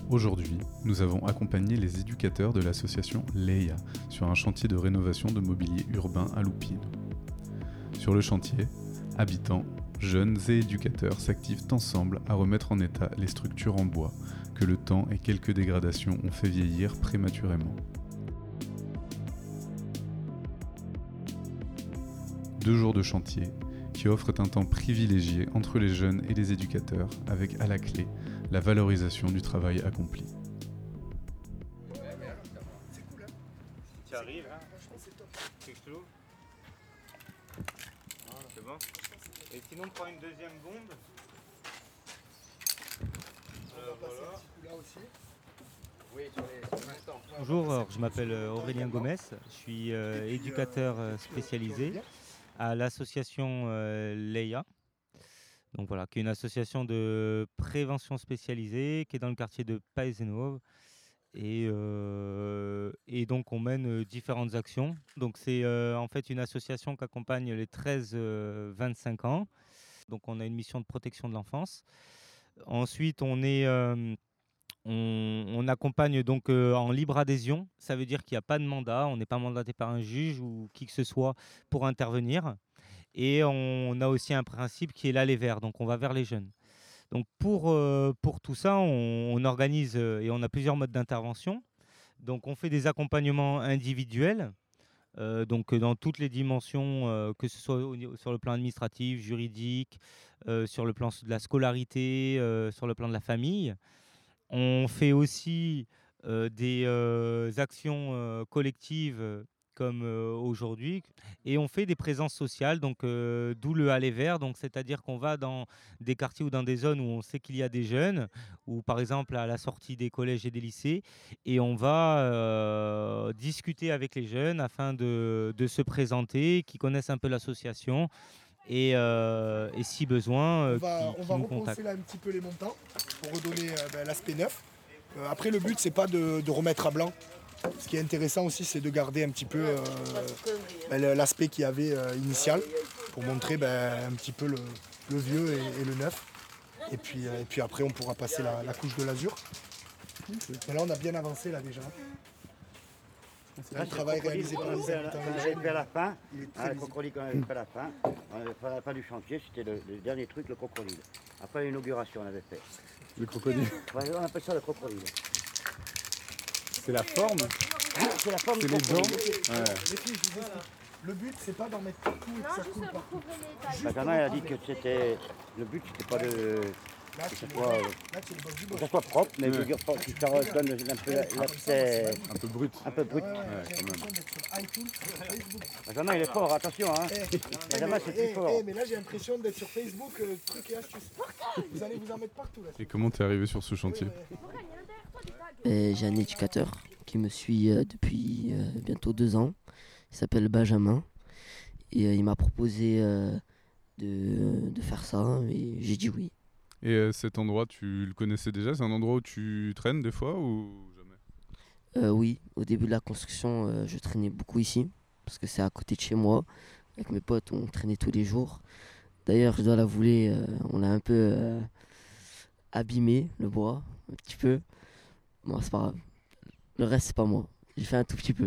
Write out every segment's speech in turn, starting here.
Aujourd'hui, nous avons accompagné les éducateurs de l'association Leia sur un chantier de rénovation de mobilier urbain à Loupine. Sur le chantier, habitants, jeunes et éducateurs s'activent ensemble à remettre en état les structures en bois que le temps et quelques dégradations ont fait vieillir prématurément. 2 jours de chantier qui offrent un temps privilégié entre les jeunes et les éducateurs avec à la clé la valorisation du travail accompli. C'est cool, hein. Si tu arrives, hein. Franchement, c'est top. C'est que l'eau. C'est bon. Et sinon, prends une deuxième bombe. On va passer un petit coup là aussi. Oui, sur l'instant. Bonjour, alors, je m'appelle Aurélien Gomez, je suis éducateur spécialisé à l'association Leia. Donc voilà, qui est une association de prévention spécialisée qui est dans le quartier de Paesenhof. Et donc on mène différentes actions. Donc c'est en fait une association qui accompagne les 13-25 ans. Donc on a une mission de protection de l'enfance. Ensuite on accompagne donc en libre adhésion. Ça veut dire qu'il n'y a pas de mandat, on n'est pas mandaté par un juge ou qui que ce soit pour intervenir. Et on a aussi un principe qui est l'aller vers, donc on va vers les jeunes. Donc pour tout ça, on organise et on a plusieurs modes d'intervention. Donc on fait des accompagnements individuels, donc dans toutes les dimensions, que ce soit sur le plan administratif, juridique, sur le plan de la scolarité, sur le plan de la famille. On fait aussi des actions collectives comme aujourd'hui, et on fait des présences sociales, donc d'où le aller vers, donc c'est-à-dire qu'on va dans des quartiers ou dans des zones où on sait qu'il y a des jeunes, ou par exemple à la sortie des collèges et des lycées, et on va discuter avec les jeunes afin de se présenter, qu'ils connaissent un peu l'association, et si besoin, On va qui nous repenser contactent. là un petit peu les montants pour redonner l'aspect neuf. Après, le but, c'est pas de remettre à blanc. Ce qui est intéressant aussi, c'est de garder un petit peu l'aspect qu'il y avait initial pour montrer un petit peu le vieux et le neuf. Et puis après, on pourra passer la couche de l'azur. Mais là, on a bien avancé là déjà. C'est un travail réalisé par les habitants. On avait fait à la fin, Il est très le visible. crocodile qu'on avait fait à la fin. On avait fait à la fin du chantier, c'était le dernier truc, le crocodile. Après l'inauguration, on avait fait. Le crocodile, Ouais, on appelle ça le crocodile. c'est la forme, C'est la forme c'est du les dents. crocodile. Les filles, je vous explique. Le but, c'est pas d'en mettre partout et que ça coule partout. Benjamin a dit que c'était. Le but, c'était pas de. Là, Que c'est ça soit, le boss du que boss. ça soit propre, mais je veux dire pas que ça redonne un peu l'aspect Un peu brut. un peu brut. J'ai l'impression d'être sur iTunes, sur Facebook. Benjamin, il est fort, attention, hein. Benjamin, c'est plus fort. Mais là, j'ai l'impression d'être sur Facebook, trucs et astuces. Vous allez vous en mettre partout là. Et comment t'es arrivé sur ce chantier? J'ai un éducateur qui me suit depuis bientôt 2 ans. Il s'appelle Benjamin. Et il m'a proposé de faire ça et j'ai dit oui. Et cet endroit, tu le connaissais déjà? C'est un endroit où tu traînes des fois ou jamais? Oui, au début de la construction, je traînais beaucoup ici parce que c'est à côté de chez moi. Avec mes potes, on traînait tous les jours. D'ailleurs, je dois l'avouer, on a un peu abîmé le bois, un petit peu. Bon, c'est pas grave. Le reste, c'est pas moi. J'ai fait un tout petit peu.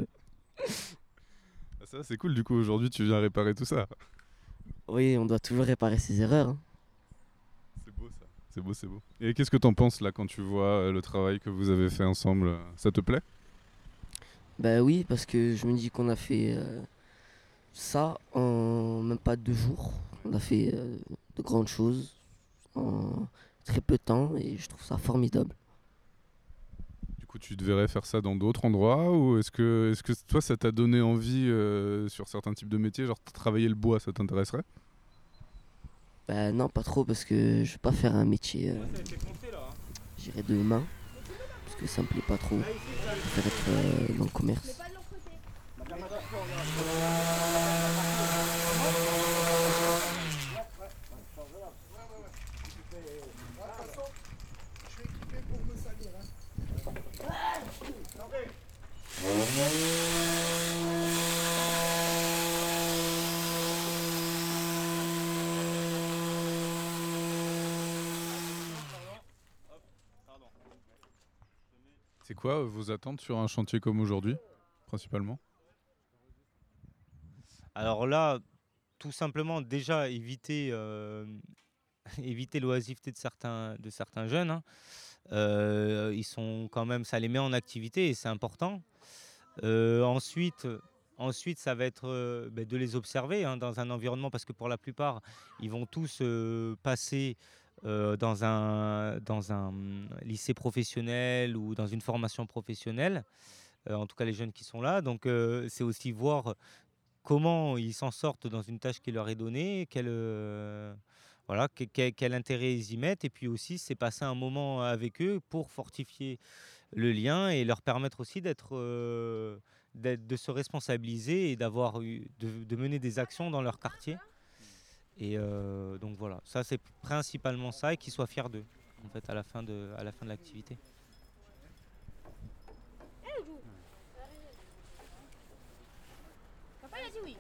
Ah, ça, c'est cool, du coup, aujourd'hui, tu viens réparer tout ça. Oui, on doit toujours réparer ses erreurs, hein. C'est beau, ça. C'est beau, c'est beau. Et qu'est-ce que t'en penses, là, quand tu vois le travail que vous avez fait ensemble? Ça te plaît? Bah oui, parce que je me dis qu'on a fait ça en même pas 2 jours. On a fait de grandes choses en très peu de temps et je trouve ça formidable. Du coup, tu devrais faire ça dans d'autres endroits ou est-ce que toi, ça t'a donné envie sur certains types de métiers, genre travailler le bois, ça t'intéresserait? Bah non, pas trop parce que je vais pas faire un métier, j'irai de main parce que ça me plaît pas trop. Je préfère être dans le commerce. Je suis équipé pour me salir. C'est quoi vos attentes sur un chantier comme aujourd'hui, principalement? Alors là, tout simplement, déjà éviter, éviter l'oisiveté de certains jeunes, hein. Ils sont quand même, ça les met en activité et c'est important. Ensuite, ça va être de les observer, hein, dans un environnement, parce que pour la plupart, ils vont tous passer dans un lycée professionnel ou dans une formation professionnelle, en tout cas les jeunes qui sont là. Donc c'est aussi voir comment ils s'en sortent dans une tâche qui leur est donnée, voilà, quel intérêt ils y mettent. Et puis aussi, c'est passer un moment avec eux pour fortifier le lien et leur permettre aussi de se responsabiliser et de mener des actions dans leur quartier. Et donc voilà, ça c'est principalement ça, et qu'ils soient fiers d'eux, en fait, à la fin de l'activité. Papa il a dit oui.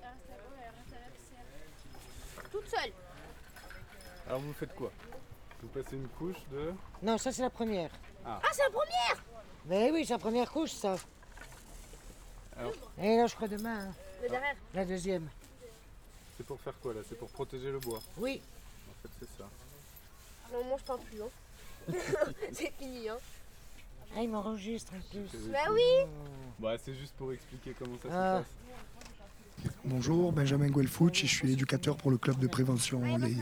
Toute seule. Alors vous faites quoi? Vous passez une couche de... Non, ça c'est la première. Ah, c'est la première. Mais oui, c'est la première couche, ça. Alors Et là, je crois demain, hein, Le derrière. la deuxième. c'est pour faire quoi là? C'est pour protéger le bois? Oui. En fait c'est ça. Non, on mange pas plus. Hein. C'est fini. Hein. Ah, il m'enregistre en plus. Bah oui. Bah c'est juste pour expliquer comment ça Ah. se passe. Bonjour, Benjamin Guelfouch et je suis éducateur pour le club de prévention Leia.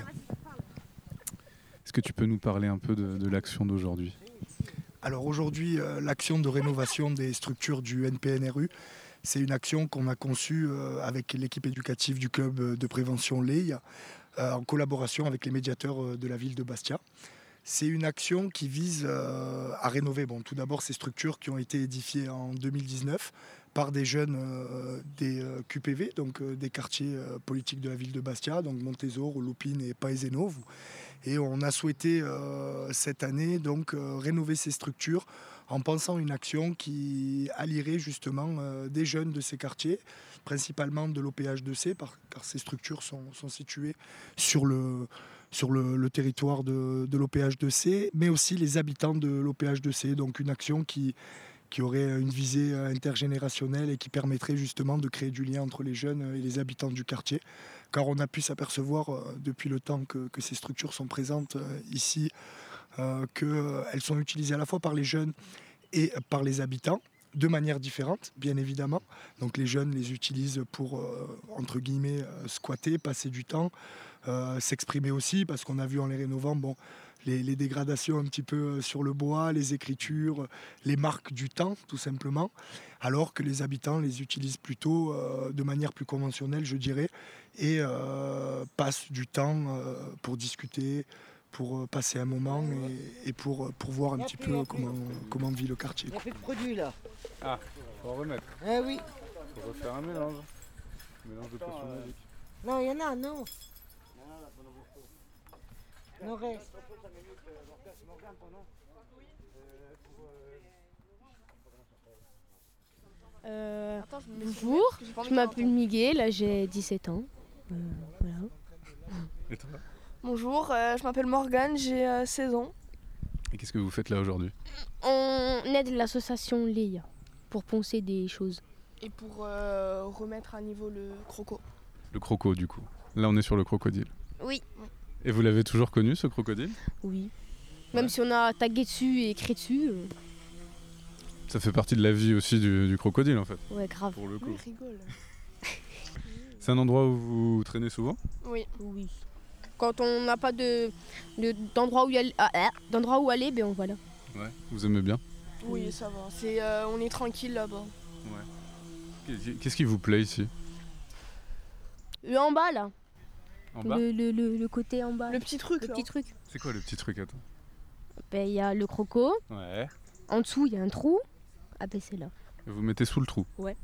Est-ce que tu peux nous parler un peu de l'action d'aujourd'hui? Alors aujourd'hui, l'action de rénovation des structures du NPNRU, c'est une action qu'on a conçue avec l'équipe éducative du club de prévention Leia, en collaboration avec les médiateurs de la ville de Bastia. C'est une action qui vise à rénover, tout d'abord ces structures qui ont été édifiées en 2019 par des jeunes des QPV, donc des quartiers politiques de la ville de Bastia, donc Montésor, Loupine et Paeseno. Et on a souhaité cette année donc rénover ces structures en pensant une action qui allierait justement des jeunes de ces quartiers, principalement de l'OPH2C, car ces structures sont situées sur le territoire de l'OPH2C, mais aussi les habitants de l'OPH2C. Donc une action qui aurait une visée intergénérationnelle et qui permettrait justement de créer du lien entre les jeunes et les habitants du quartier. Car on a pu s'apercevoir depuis le temps que ces structures sont présentes ici, qu'elles sont utilisées à la fois par les jeunes et par les habitants, de manière différente, bien évidemment. Donc les jeunes les utilisent pour, entre guillemets, squatter, passer du temps, s'exprimer aussi, parce qu'on a vu en les rénovant, les dégradations un petit peu sur le bois, les écritures, les marques du temps, tout simplement, alors que les habitants les utilisent plutôt de manière plus conventionnelle, je dirais, et passent du temps pour discuter, pour passer un moment et pour voir un petit peu comment vit le quartier. Il n'y a plus de produits là. Ah, faut en remettre. Eh oui. Faut refaire un mélange. Mélange de potions magiques. Non, il y en a, non. Non, reste. Bonjour, je m'appelle Miguel, là j'ai 17 ans. Voilà. Et toi? Bonjour, je m'appelle Morgane, j'ai 16 ans. Et qu'est-ce que vous faites là aujourd'hui? On aide l'association Leia pour poncer des choses. Et pour remettre à niveau le croco. Le croco du coup. Là on est sur le crocodile. Oui. Et vous l'avez toujours connu ce crocodile? Oui. Même si on a tagué dessus et écrit dessus. Ça fait partie de la vie aussi du crocodile en fait. Ouais, grave. Pour le coup. Oui, rigole. C'est un endroit où vous traînez souvent? Oui. Oui. Quand on n'a pas d'endroit où aller, ben on va là. Ouais. Vous aimez bien? Oui, ça va. On est tranquille là-bas. Ouais. Qu'est-ce qui vous plaît ici? En bas là. En bas? Le côté en bas. Le petit truc Le là. petit truc. C'est quoi le petit truc à toi? Ben il y a le croco. Ouais. En dessous il y a un trou. Ah ben c'est là. Et vous mettez sous le trou? Ouais.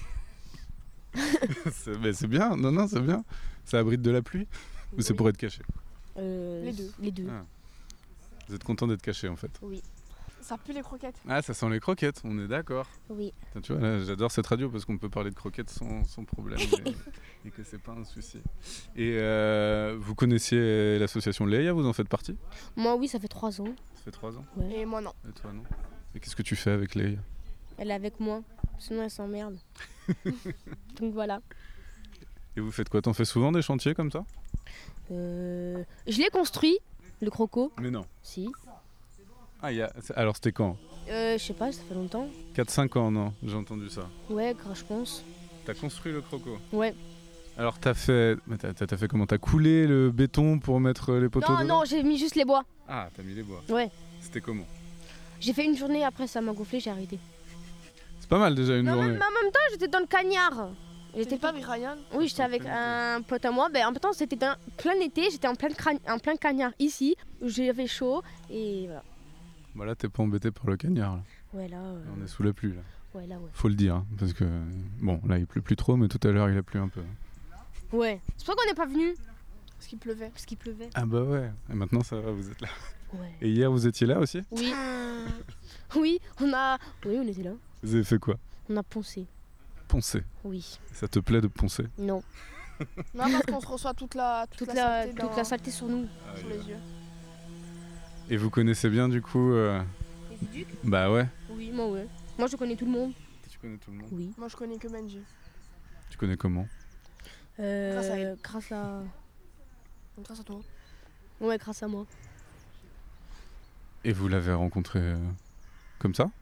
c'est bien, non, c'est bien. Ça abrite de la pluie? Ou c'est pour être caché? Les deux. Les deux. Ah. Vous êtes content d'être caché en fait? Oui. Ça pue les croquettes. Ah, ça sent les croquettes, on est d'accord. Oui. Putain, tu vois, là, j'adore cette radio parce qu'on peut parler de croquettes sans problème et que c'est pas un souci. Et vous connaissiez l'association Leia, vous en faites partie? Moi oui, ça fait 3 ans. Ça fait 3 ans? Ouais. Et moi non. Et toi non? Et qu'est-ce que tu fais avec Leïa? Elle est avec moi, sinon elle s'emmerde. Donc voilà. Et vous faites quoi? T'en fais souvent des chantiers comme ça? Je l'ai construit, le croco. Mais non. Si. Ah, alors c'était quand? Je sais pas, ça fait longtemps. 4-5 ans, non? J'ai entendu ça. Ouais, je pense. T'as construit le croco? Ouais. Alors t'as fait comment? T'as coulé le béton pour mettre les poteaux dedans? Non, j'ai mis juste les bois. Ah, t'as mis les bois. Ouais. C'était comment? J'ai fait une journée, après ça m'a gonflé, j'ai arrêté. C'est pas mal déjà une Mais en journée. même temps, j'étais dans le cagnard. J'étais pas avec Ryan. Oui, j'étais avec un pote à moi. En même temps, c'était plein été, j'étais en plein cagnard ici. J'avais chaud et voilà. Bah là, t'es pas embêté par le cagnard. Là. Ouais, là. On est sous la pluie là. Ouais, là, ouais. Faut le dire, hein, parce que bon, là il pleut plus trop, mais tout à l'heure il a plu un peu. Ouais. C'est pour ça qu'on n'est pas venu. Parce qu'il pleuvait. Parce qu'il pleuvait. Ah bah ouais. Et maintenant ça va, vous êtes là. Ouais. Et hier vous étiez là aussi? Oui. Oui, on était là. Vous avez fait quoi? On a poncé. Poncer. Oui. Ça te plaît de poncer? Non. Non, parce qu'on se reçoit toute la saleté sur nous. Sur les yeux. Et vous connaissez bien du coup Les éducs? Bah ouais. Oui, moi ouais. Moi je connais tout le monde. Tu connais tout le monde? Oui. Moi je connais que Benji. Tu connais comment? Grâce à elle. Grâce à toi. Ouais, grâce à moi. Et vous l'avez rencontré comme ça?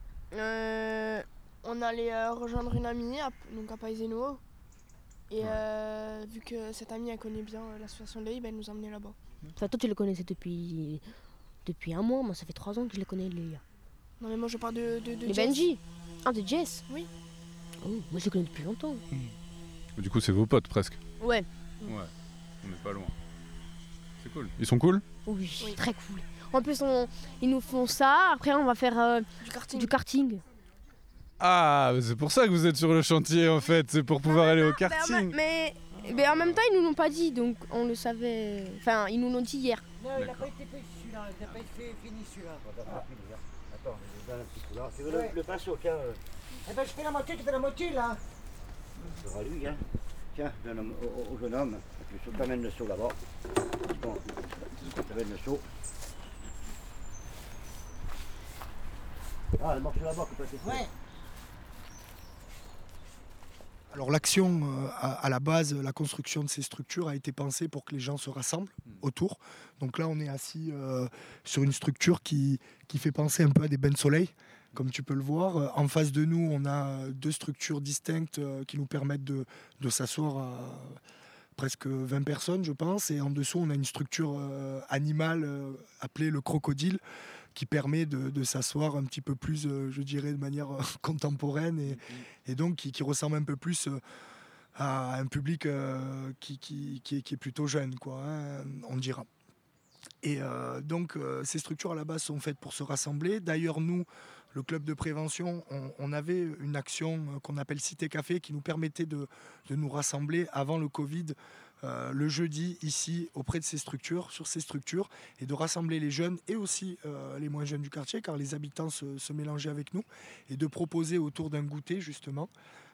On allait rejoindre une amie donc à Paiseno. Et vu que cette amie elle connaît bien l'association Leï, elle nous a emmenés là-bas. Enfin, toi tu le connaissais depuis un mois, moi ça fait 3 ans que je le connais Léa. Non mais moi je parle de Les Jess. Benji. Ah, de Jess? Oui. Oh, moi je le connais depuis longtemps. Du coup c'est vos potes presque? Ouais. Ouais, on n'est pas loin. C'est cool. Ils sont cool? Oui, très cool. En plus ils nous font ça, après on va faire du karting. Ah, c'est pour ça que vous êtes sur le chantier en fait, c'est pour pouvoir aller au karting. Mais en même temps ils nous l'ont pas dit, donc on le savait. Enfin, ils nous l'ont dit hier. Non, il n'a pas été fait celui-là, il n'a pas été fini celui-là. Attends, je donne un petit coup là. Tu veux le pinceau, tiens. Eh ben je fais la moitié, tu fais la moitié là. Ce sera lui, hein. Tiens, donne au jeune homme. Tu t'amènes le seau là-bas. Bon, tu t'amènes le seau. Ah, le morceau là-bas, peut-être. Ouais. Alors l'action, à la base, la construction de ces structures a été pensée pour que les gens se rassemblent autour. Donc là, on est assis sur une structure qui fait penser un peu à des bains de soleil, comme tu peux le voir. En face de nous, on a 2 structures distinctes qui nous permettent de s'asseoir à presque 20 personnes, je pense. Et en dessous, on a une structure animale appelée le crocodile, qui permet de s'asseoir un petit peu plus, je dirais, de manière contemporaine et donc qui ressemble un peu plus à un public qui est plutôt jeune, quoi, hein, on dira. Et donc ces structures à la base sont faites pour se rassembler. D'ailleurs, nous, le club de prévention, on avait une action qu'on appelle Cité Café qui nous permettait de nous rassembler avant le Covid, le jeudi ici auprès de ces structures, sur ces structures, et de rassembler les jeunes et aussi les moins jeunes du quartier, car les habitants se mélangeaient avec nous, et de proposer autour d'un goûter justement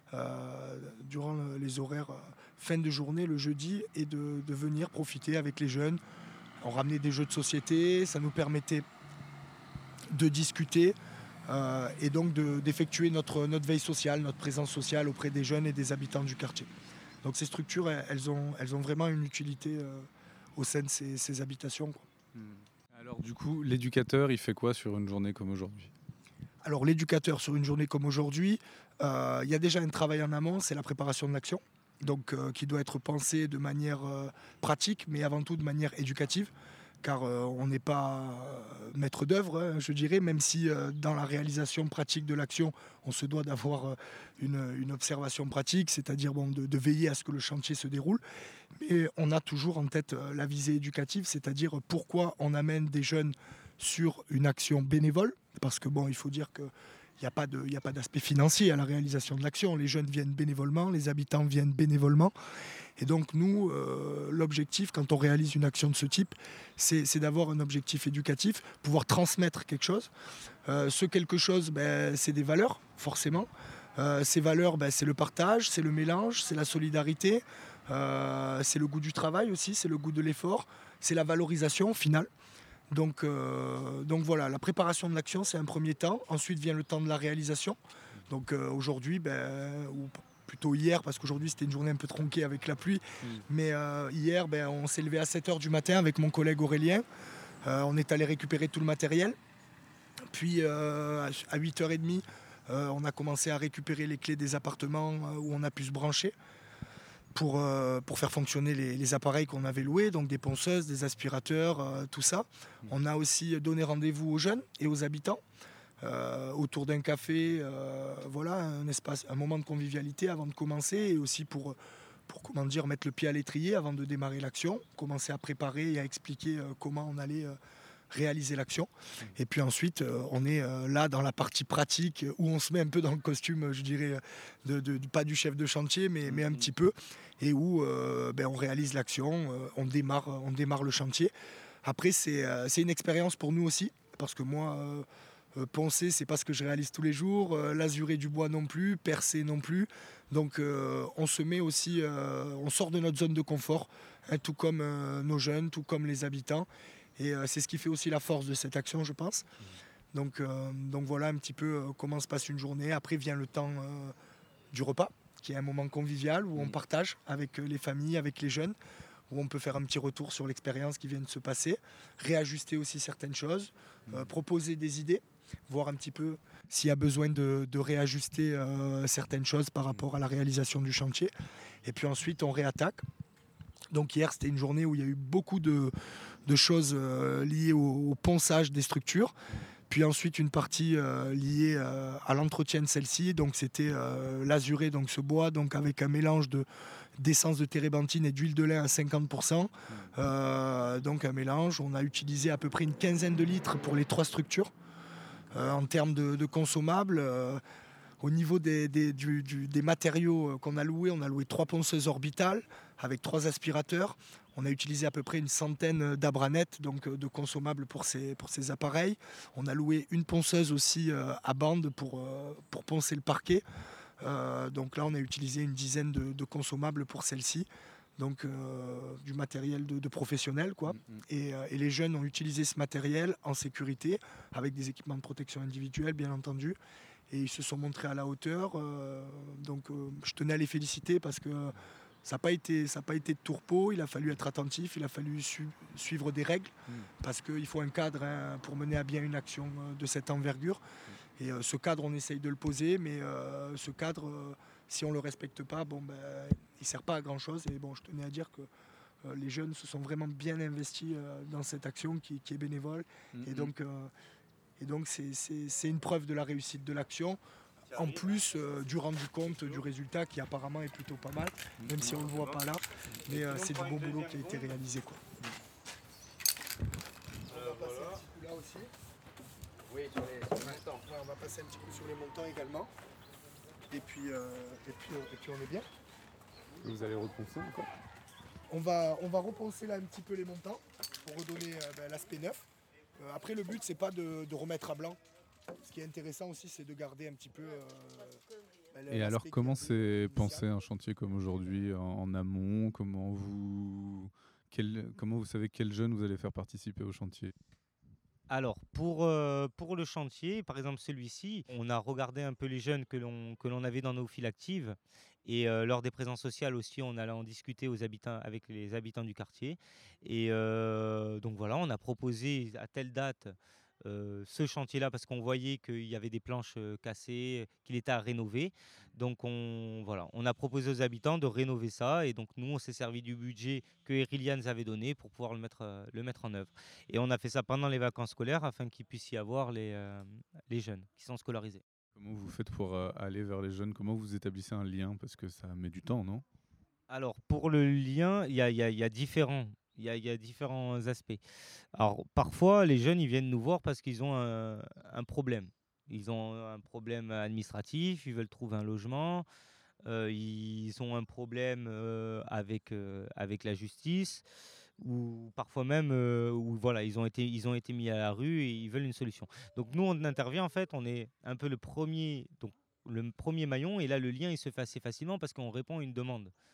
durant les horaires fin de journée le jeudi, et de venir profiter avec les jeunes. On ramenait des jeux de société, ça nous permettait de discuter et donc d'effectuer notre veille sociale, notre présence sociale auprès des jeunes et des habitants du quartier. Donc ces structures, elles ont vraiment une utilité au sein de ces habitations, quoi. Alors du coup, l'éducateur, il fait quoi sur une journée comme aujourd'hui? Alors l'éducateur, sur une journée comme aujourd'hui, il y a déjà un travail en amont, c'est la préparation de l'action, donc qui doit être pensée de manière pratique, mais avant tout de manière éducative, car on n'est pas maître d'œuvre, hein, je dirais, même si dans la réalisation pratique de l'action, on se doit d'avoir une observation pratique, c'est-à-dire de veiller à ce que le chantier se déroule. Mais on a toujours en tête la visée éducative, c'est-à-dire pourquoi on amène des jeunes sur une action bénévole, parce que il faut dire que il n'y a pas d'aspect financier à la réalisation de l'action. Les jeunes viennent bénévolement, les habitants viennent bénévolement. Et donc nous, l'objectif quand on réalise une action de ce type, c'est d'avoir un objectif éducatif, pouvoir transmettre quelque chose. Ce quelque chose, c'est des valeurs, forcément. Ces valeurs, c'est le partage, c'est le mélange, c'est la solidarité, c'est le goût du travail aussi, c'est le goût de l'effort, c'est la valorisation finale. Donc voilà, la préparation de l'action, c'est un premier temps. Ensuite vient le temps de la réalisation. Donc aujourd'hui, ou plutôt hier, parce qu'aujourd'hui c'était une journée un peu tronquée avec la pluie, mais hier, on s'est levé à 7h du matin avec mon collègue Aurélien. On est allé récupérer tout le matériel. Puis à 8h30, on a commencé à récupérer les clés des appartements où on a pu se brancher pour faire fonctionner les appareils qu'on avait loués, donc des ponceuses, des aspirateurs, tout ça. On a aussi donné rendez-vous aux jeunes et aux habitants autour d'un café, voilà, un moment de convivialité avant de commencer, et aussi pour mettre le pied à l'étrier avant de démarrer l'action, commencer à préparer et à expliquer comment on allait réaliser l'action. Et puis ensuite, on est là dans la partie pratique où on se met un peu dans le costume, je dirais, pas du chef de chantier, mais un petit peu, et où on réalise l'action, on démarre le chantier. Après, c'est une expérience pour nous aussi, parce que moi, poncer, c'est pas ce que je réalise tous les jours, lazurer du bois non plus, percer non plus. Donc on se met aussi, on sort de notre zone de confort, tout comme nos jeunes, tout comme les habitants. Et c'est ce qui fait aussi la force de cette action, je pense. Donc voilà un petit peu comment se passe une journée. Après vient le temps du repas, qui est un moment convivial où on partage avec les familles, avec les jeunes, où on peut faire un petit retour sur l'expérience qui vient de se passer, réajuster aussi certaines choses, proposer des idées, voir un petit peu s'il y a besoin de réajuster certaines choses par rapport à la réalisation du chantier. Et puis ensuite, on réattaque. Donc hier, c'était une journée où il y a eu beaucoup de choses liées au ponçage des structures. Puis ensuite, une partie liée à l'entretien de celle-ci. Donc c'était l'asuré, donc ce bois, donc avec un mélange d'essence de térébenthine et d'huile de lin à 50%. Donc un mélange. On a utilisé à peu près une quinzaine de litres pour les 3 structures. En termes de consommables, au niveau des matériaux qu'on a loués, on a loué 3 ponceuses orbitales avec 3 aspirateurs. On a utilisé à peu près une centaine d'abranettes, donc de consommables pour ces appareils. On a loué une ponceuse aussi à bande pour poncer le parquet. Donc là, on a utilisé une dizaine de consommables pour celle-ci. Donc du matériel de professionnels, quoi. Et les jeunes ont utilisé ce matériel en sécurité, avec des équipements de protection individuelle, bien entendu. Et ils se sont montrés à la hauteur. Donc je tenais à les féliciter parce que ça n'a pas été de tourpeau. Il a fallu être attentif, il a fallu suivre des règles, parce qu'il faut un cadre pour mener à bien une action de cette envergure. Et ce cadre, on essaye de le poser, mais ce cadre, si on ne le respecte pas, il ne sert pas à grand-chose. Et bon, je tenais à dire que les jeunes se sont vraiment bien investis dans cette action qui est bénévole. Et donc c'est une preuve de la réussite de l'action, en plus du rendu compte du résultat qui apparemment est plutôt pas mal, même si on ne le voit pas là. Mais c'est du bon boulot qui a été réalisé, quoi. On va passer un petit coup là aussi. Oui, sur les montants. Ouais, on va passer un petit coup sur les montants également. Et puis on est bien. Vous allez reponcer encore ? On va reponcer là un petit peu les montants pour redonner l'aspect neuf. Après, le but, c'est pas de remettre à blanc. Ce qui est intéressant aussi, c'est de garder un petit peu. Et alors, comment c'est pensé un chantier comme aujourd'hui en amont ? Comment vous savez quels jeunes vous allez faire participer au chantier ? Alors, pour le chantier, par exemple celui-ci, on a regardé un peu les jeunes que l'on avait dans nos files actives. Et lors des présences sociales aussi, on allait en discuter avec les habitants du quartier. Et donc voilà, on a proposé à telle date ce chantier-là parce qu'on voyait qu'il y avait des planches cassées, qu'il était à rénover. Donc on a proposé aux habitants de rénover ça. Et donc nous, on s'est servi du budget que Erillian nous avait donné pour pouvoir le mettre en œuvre. Et on a fait ça pendant les vacances scolaires afin qu'il puisse y avoir les jeunes qui sont scolarisés. Comment vous faites pour aller vers les jeunes ? Comment vous établissez un lien ? Parce que ça met du temps, non ? Alors, pour le lien, il y a différents aspects. Alors, parfois, les jeunes, ils viennent nous voir parce qu'ils ont un problème. Ils ont un problème administratif, ils veulent trouver un logement, ils ont un problème avec la justice, ou parfois même ils ont été mis à la rue et ils veulent une solution. Donc nous, on intervient, en fait, on est un peu le premier maillon, et là le lien il se fait assez facilement parce qu'on répond à une demande.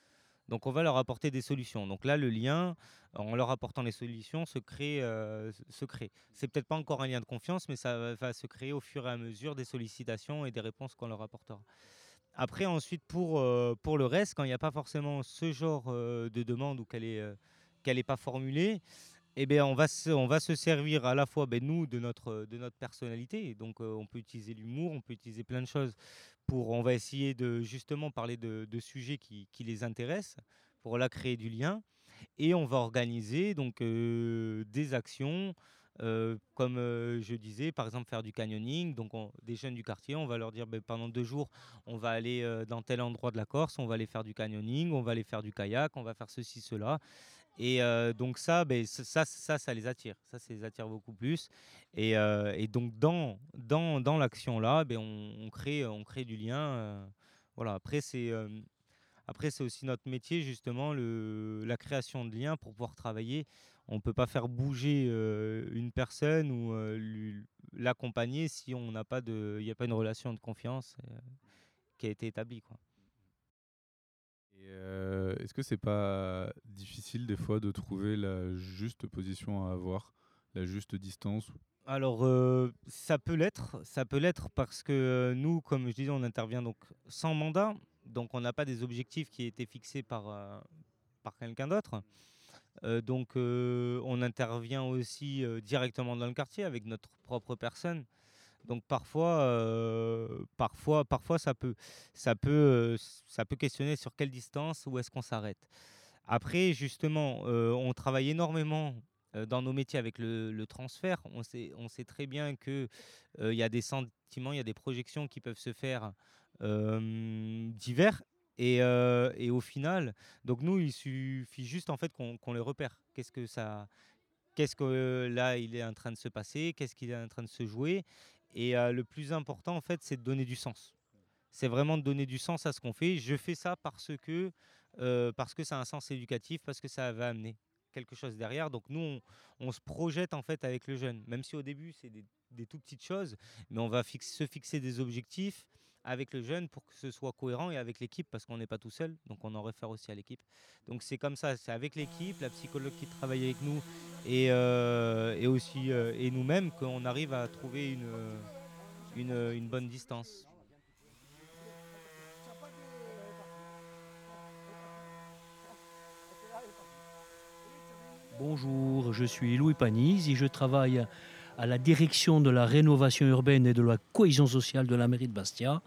Donc on va leur apporter des solutions. Donc là, le lien, en leur apportant les solutions, se crée. C'est peut-être pas encore un lien de confiance, mais ça va se créer au fur et à mesure des sollicitations et des réponses qu'on leur apportera. Après, ensuite, pour le reste, quand il n'y a pas forcément ce genre de demande ou qu'elle est pas formulée, eh bien, on va se servir à la fois, nous, de notre personnalité. Donc, on peut utiliser l'humour, on peut utiliser plein de choses. On va essayer de justement parler de sujets qui les intéressent, pour là créer du lien. Et on va organiser donc des actions, comme je disais, par exemple faire du canyoning. Donc des jeunes du quartier, on va leur dire pendant 2 jours, on va aller dans tel endroit de la Corse, on va aller faire du canyoning, on va aller faire du kayak, on va faire ceci, cela. Et donc ça, ça les attire. Ça les attire beaucoup plus. Et donc dans l'action là, on crée du lien. Voilà. Après, c'est aussi notre métier, justement, la création de liens pour pouvoir travailler. On ne peut pas faire bouger une personne ou l'accompagner si il n'y a pas une relation de confiance qui a été établie, quoi. Et est-ce que c'est pas difficile des fois de trouver la juste position à avoir, la juste distance? Alors, ça peut l'être parce que nous, comme je disais, on intervient donc sans mandat, donc on n'a pas des objectifs qui aient été fixés par quelqu'un d'autre. Donc, on intervient aussi directement dans le quartier avec notre propre personne. Donc parfois, ça peut questionner sur quelle distance, où est-ce qu'on s'arrête. Après, justement, on travaille énormément dans nos métiers avec le transfert. On sait très bien qu'il y a des sentiments, il y a des projections qui peuvent se faire divers. Et au final, donc nous, il suffit juste en fait qu'on les repère. Qu'est-ce que là, il est en train de se passer? Qu'est-ce qu'il est en train de se jouer? Et le plus important, en fait, c'est de donner du sens. C'est vraiment de donner du sens à ce qu'on fait. Je fais ça parce que ça a un sens éducatif, parce que ça va amener quelque chose derrière. Donc nous, on se projette en fait avec le jeune, même si au début c'est des tout petites choses, mais on va se fixer des objectifs avec le jeune pour que ce soit cohérent, et avec l'équipe, parce qu'on n'est pas tout seul, donc on en réfère aussi à l'équipe. Donc c'est comme ça, c'est avec l'équipe, la psychologue qui travaille avec nous et aussi et nous-mêmes qu'on arrive à trouver une bonne distance. Bonjour, je suis Louis Panise et je travaille à la direction de la rénovation urbaine et de la cohésion sociale de la mairie de Bastia.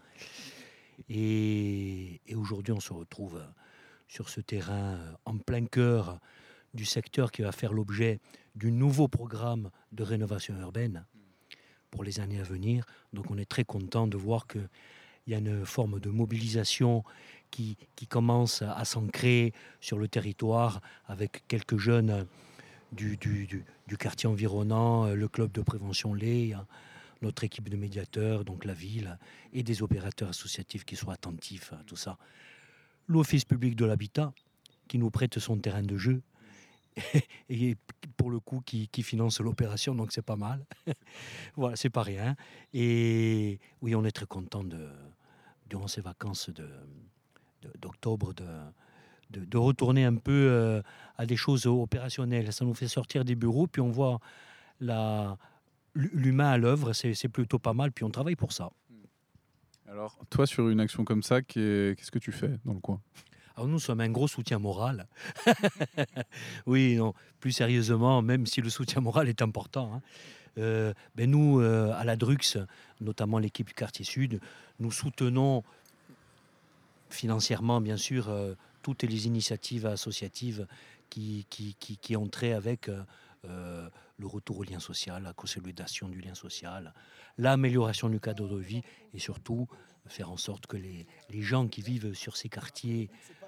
Et aujourd'hui, on se retrouve sur ce terrain en plein cœur du secteur qui va faire l'objet du nouveau programme de rénovation urbaine pour les années à venir. Donc on est très content de voir qu'il y a une forme de mobilisation qui commence à s'ancrer sur le territoire avec quelques jeunes du quartier environnant, le club de prévention Lay, notre équipe de médiateurs, donc la ville, et des opérateurs associatifs qui sont attentifs à tout ça. L'Office public de l'habitat, qui nous prête son terrain de jeu, et pour le coup, qui finance l'opération, donc c'est pas mal. Voilà, c'est pas rien. Et oui, on est très content durant ces vacances d'octobre, de retourner un peu à des choses opérationnelles. Ça nous fait sortir des bureaux, puis on voit l'humain à l'œuvre, c'est plutôt pas mal, puis on travaille pour ça. Alors, toi, sur une action comme ça, qu'est-ce que tu fais dans le coin? Alors nous sommes un gros soutien moral. Oui, non, plus sérieusement, même si le soutien moral est important, nous, à la Drux, notamment l'équipe du quartier sud, nous soutenons financièrement, bien sûr, toutes les initiatives associatives qui ont trait avec le retour au lien social, la consolidation du lien social, l'amélioration du cadre de vie et surtout faire en sorte que les gens qui vivent sur ces quartiers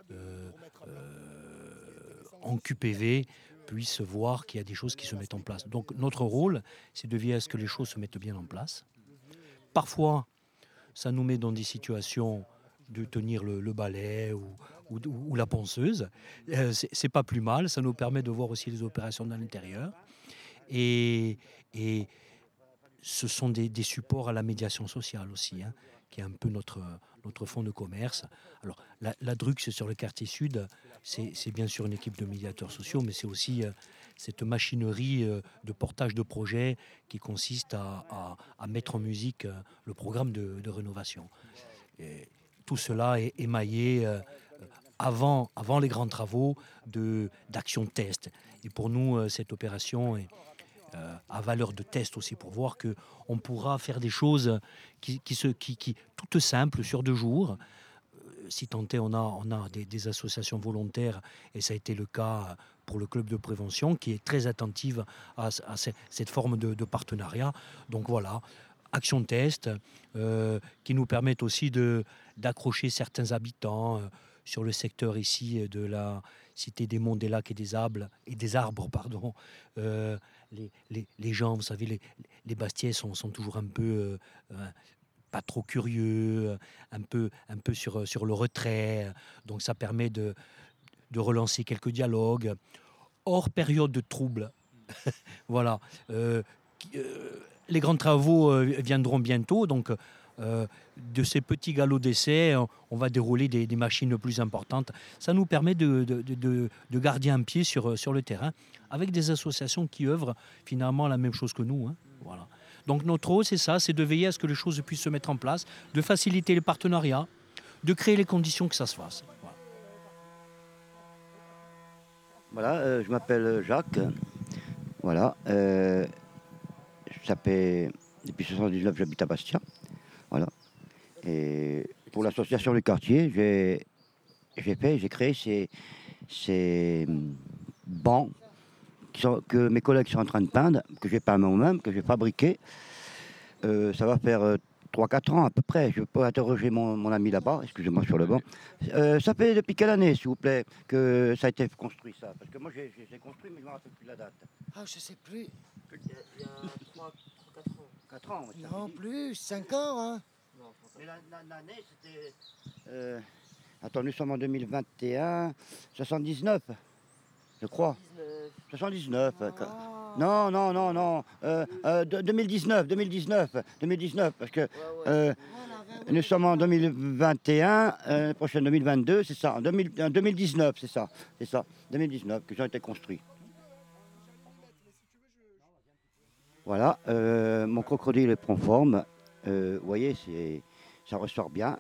en QPV puissent voir qu'il y a des choses qui se mettent en place. Donc notre rôle, c'est de veiller à ce que les choses se mettent bien en place. Parfois, ça nous met dans des situations de tenir le balai ou la ponceuse. C'est pas plus mal, ça nous permet de voir aussi les opérations dans l'intérieur. Et ce sont des supports à la médiation sociale aussi, qui est un peu notre fonds de commerce. Alors, la Drux sur le quartier sud c'est bien sûr une équipe de médiateurs sociaux, mais c'est aussi cette machinerie de portage de projets qui consiste à mettre en musique le programme de rénovation. Et tout cela est émaillé avant les grands travaux d'action de test. Et pour nous, cette opération est à valeur de test aussi pour voir qu'on pourra faire des choses qui toutes simples sur 2 jours. Si tant est, on a des associations volontaires, et ça a été le cas pour le club de prévention, qui est très attentive à cette forme de partenariat. Donc voilà, action de test, qui nous permettent aussi d'accrocher certains habitants sur le secteur ici de la Cité des Monts, des Lacs et des Arbres. Les gens, vous savez, les Bastiais sont toujours un peu... pas trop curieux, un peu sur le retrait. Donc ça permet de relancer quelques dialogues. Hors période de trouble. Voilà. Les grands travaux viendront bientôt. Donc de ces petits galops d'essai, on va dérouler des machines plus importantes. Ça nous permet de garder un pied sur le terrain avec des associations qui œuvrent finalement la même chose que nous. Hein. Voilà. Donc notre rôle, c'est ça, c'est de veiller à ce que les choses puissent se mettre en place, de faciliter les partenariats, de créer les conditions que ça se fasse. Voilà, je m'appelle Jacques. Voilà, ça fait depuis 1979 j'habite à Bastia. Voilà. Et pour l'association du quartier, j'ai créé ces bancs que mes collègues sont en train de peindre, que j'ai peint moi-même, que j'ai fabriqué. Ça va faire 3-4 ans à peu près. Je peux interroger mon ami là-bas, excusez-moi sur le banc. Ça fait depuis quelle année, s'il vous plaît, que ça a été construit, ça? Parce que moi, j'ai construit, mais je ne me rappelle plus la date. Ah, je sais plus. Il y a 3-4 ans. 4 ans, oui. Non, plus, 5 ans, hein. Mais l'année, c'était... Attends, nous sommes en 2021, 79, je crois. 79. Non. 2019, parce que nous sommes en 2021, prochaine 2022, c'est ça, en 2019, c'est ça, 2019, que j'ai été construit. Voilà, mon crocodile prend forme, vous voyez, ça ressort bien.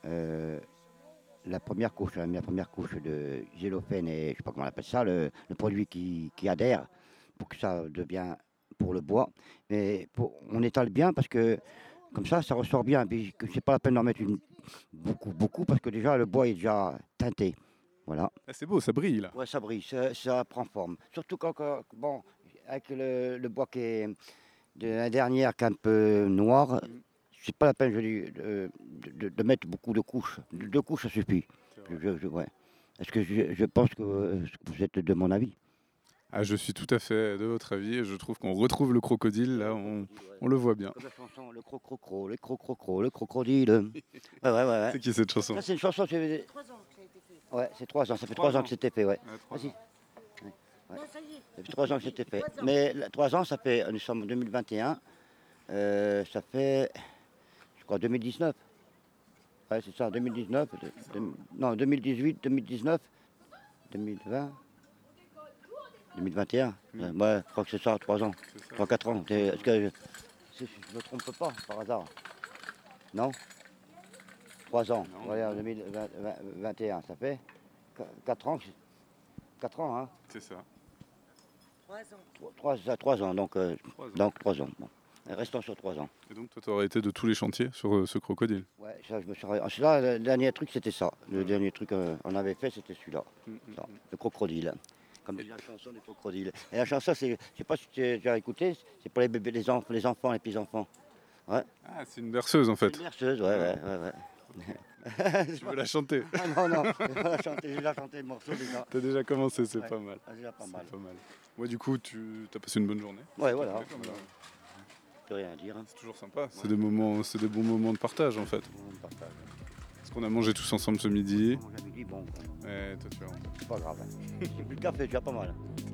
La première couche de gélophène et je ne sais pas comment on appelle ça, le produit qui adhère pour que ça devienne pour le bois. Mais on étale bien parce que comme ça ressort bien. Puis c'est pas la peine d'en mettre beaucoup parce que déjà le bois est déjà teinté. Voilà. Ah, c'est beau, ça brille là. Ouais, ça brille, ça prend forme. Surtout quand bon, avec le bois qui est de la dernière qui est un peu noir. C'est pas la peine, je dis, de mettre beaucoup de couches. 2 couches, ça suffit. Ouais. Est-ce que je pense que vous êtes de mon avis? Ah, je suis tout à fait de votre avis et je trouve qu'on retrouve le crocodile, là, on le voit bien. La chanson, le le crocodile. Ouais. C'est qui cette chanson? Ça, c'est une chanson... 3 ans que ça a été fait. Ouais, c'est 3 ans, ça fait 3 ans que c'était fait, ouais. Vas-y. Ouais. Ça fait 3 ans que c'était fait. Mais 3 ans, ça fait... Nous sommes en 2021. Ça fait... Je crois 2019. Ouais, c'est ça, 2019. Non, 2018, 2019, 2020, 2021. Ouais, je crois que c'est ça, 3 ans. 3-4 ans. Est-ce que je ne me trompe pas, par hasard? Non? 3 ans. Voilà, 2021, ça fait 4 ans. 4 ans, hein? C'est ça. 3 ans, donc 3 ans. Bon. Restons sur 3 ans. Et donc toi, tu aurais été de tous les chantiers sur ce crocodile? Ouais, ça, je me suis... Là, le dernier truc, c'était ça. Le dernier truc qu'on avait fait, c'était celui-là. Le crocodile. Comme dit la chanson du crocodile. Et la chanson, je ne sais pas si tu as écouté, c'est pour les bébés, les enfants, les petits-enfants. Ouais. Ah, c'est une berceuse en fait. C'est une berceuse, ouais. Tu veux la chanter? Ah non, je vais la chanter, j'ai déjà chanté le morceau déjà. T'as déjà commencé, c'est pas mal. Déjà pas mal. Moi, du coup, tu as passé une bonne journée? Ouais, voilà. Plus rien à dire. Hein. C'est toujours sympa. C'est des bons moments de partage en fait. Parce qu'on a mangé tous ensemble ce midi. On a midi, bon. Ouais, toi tu vois. C'est pas grave. Hein. J'ai bu le café, déjà pas mal.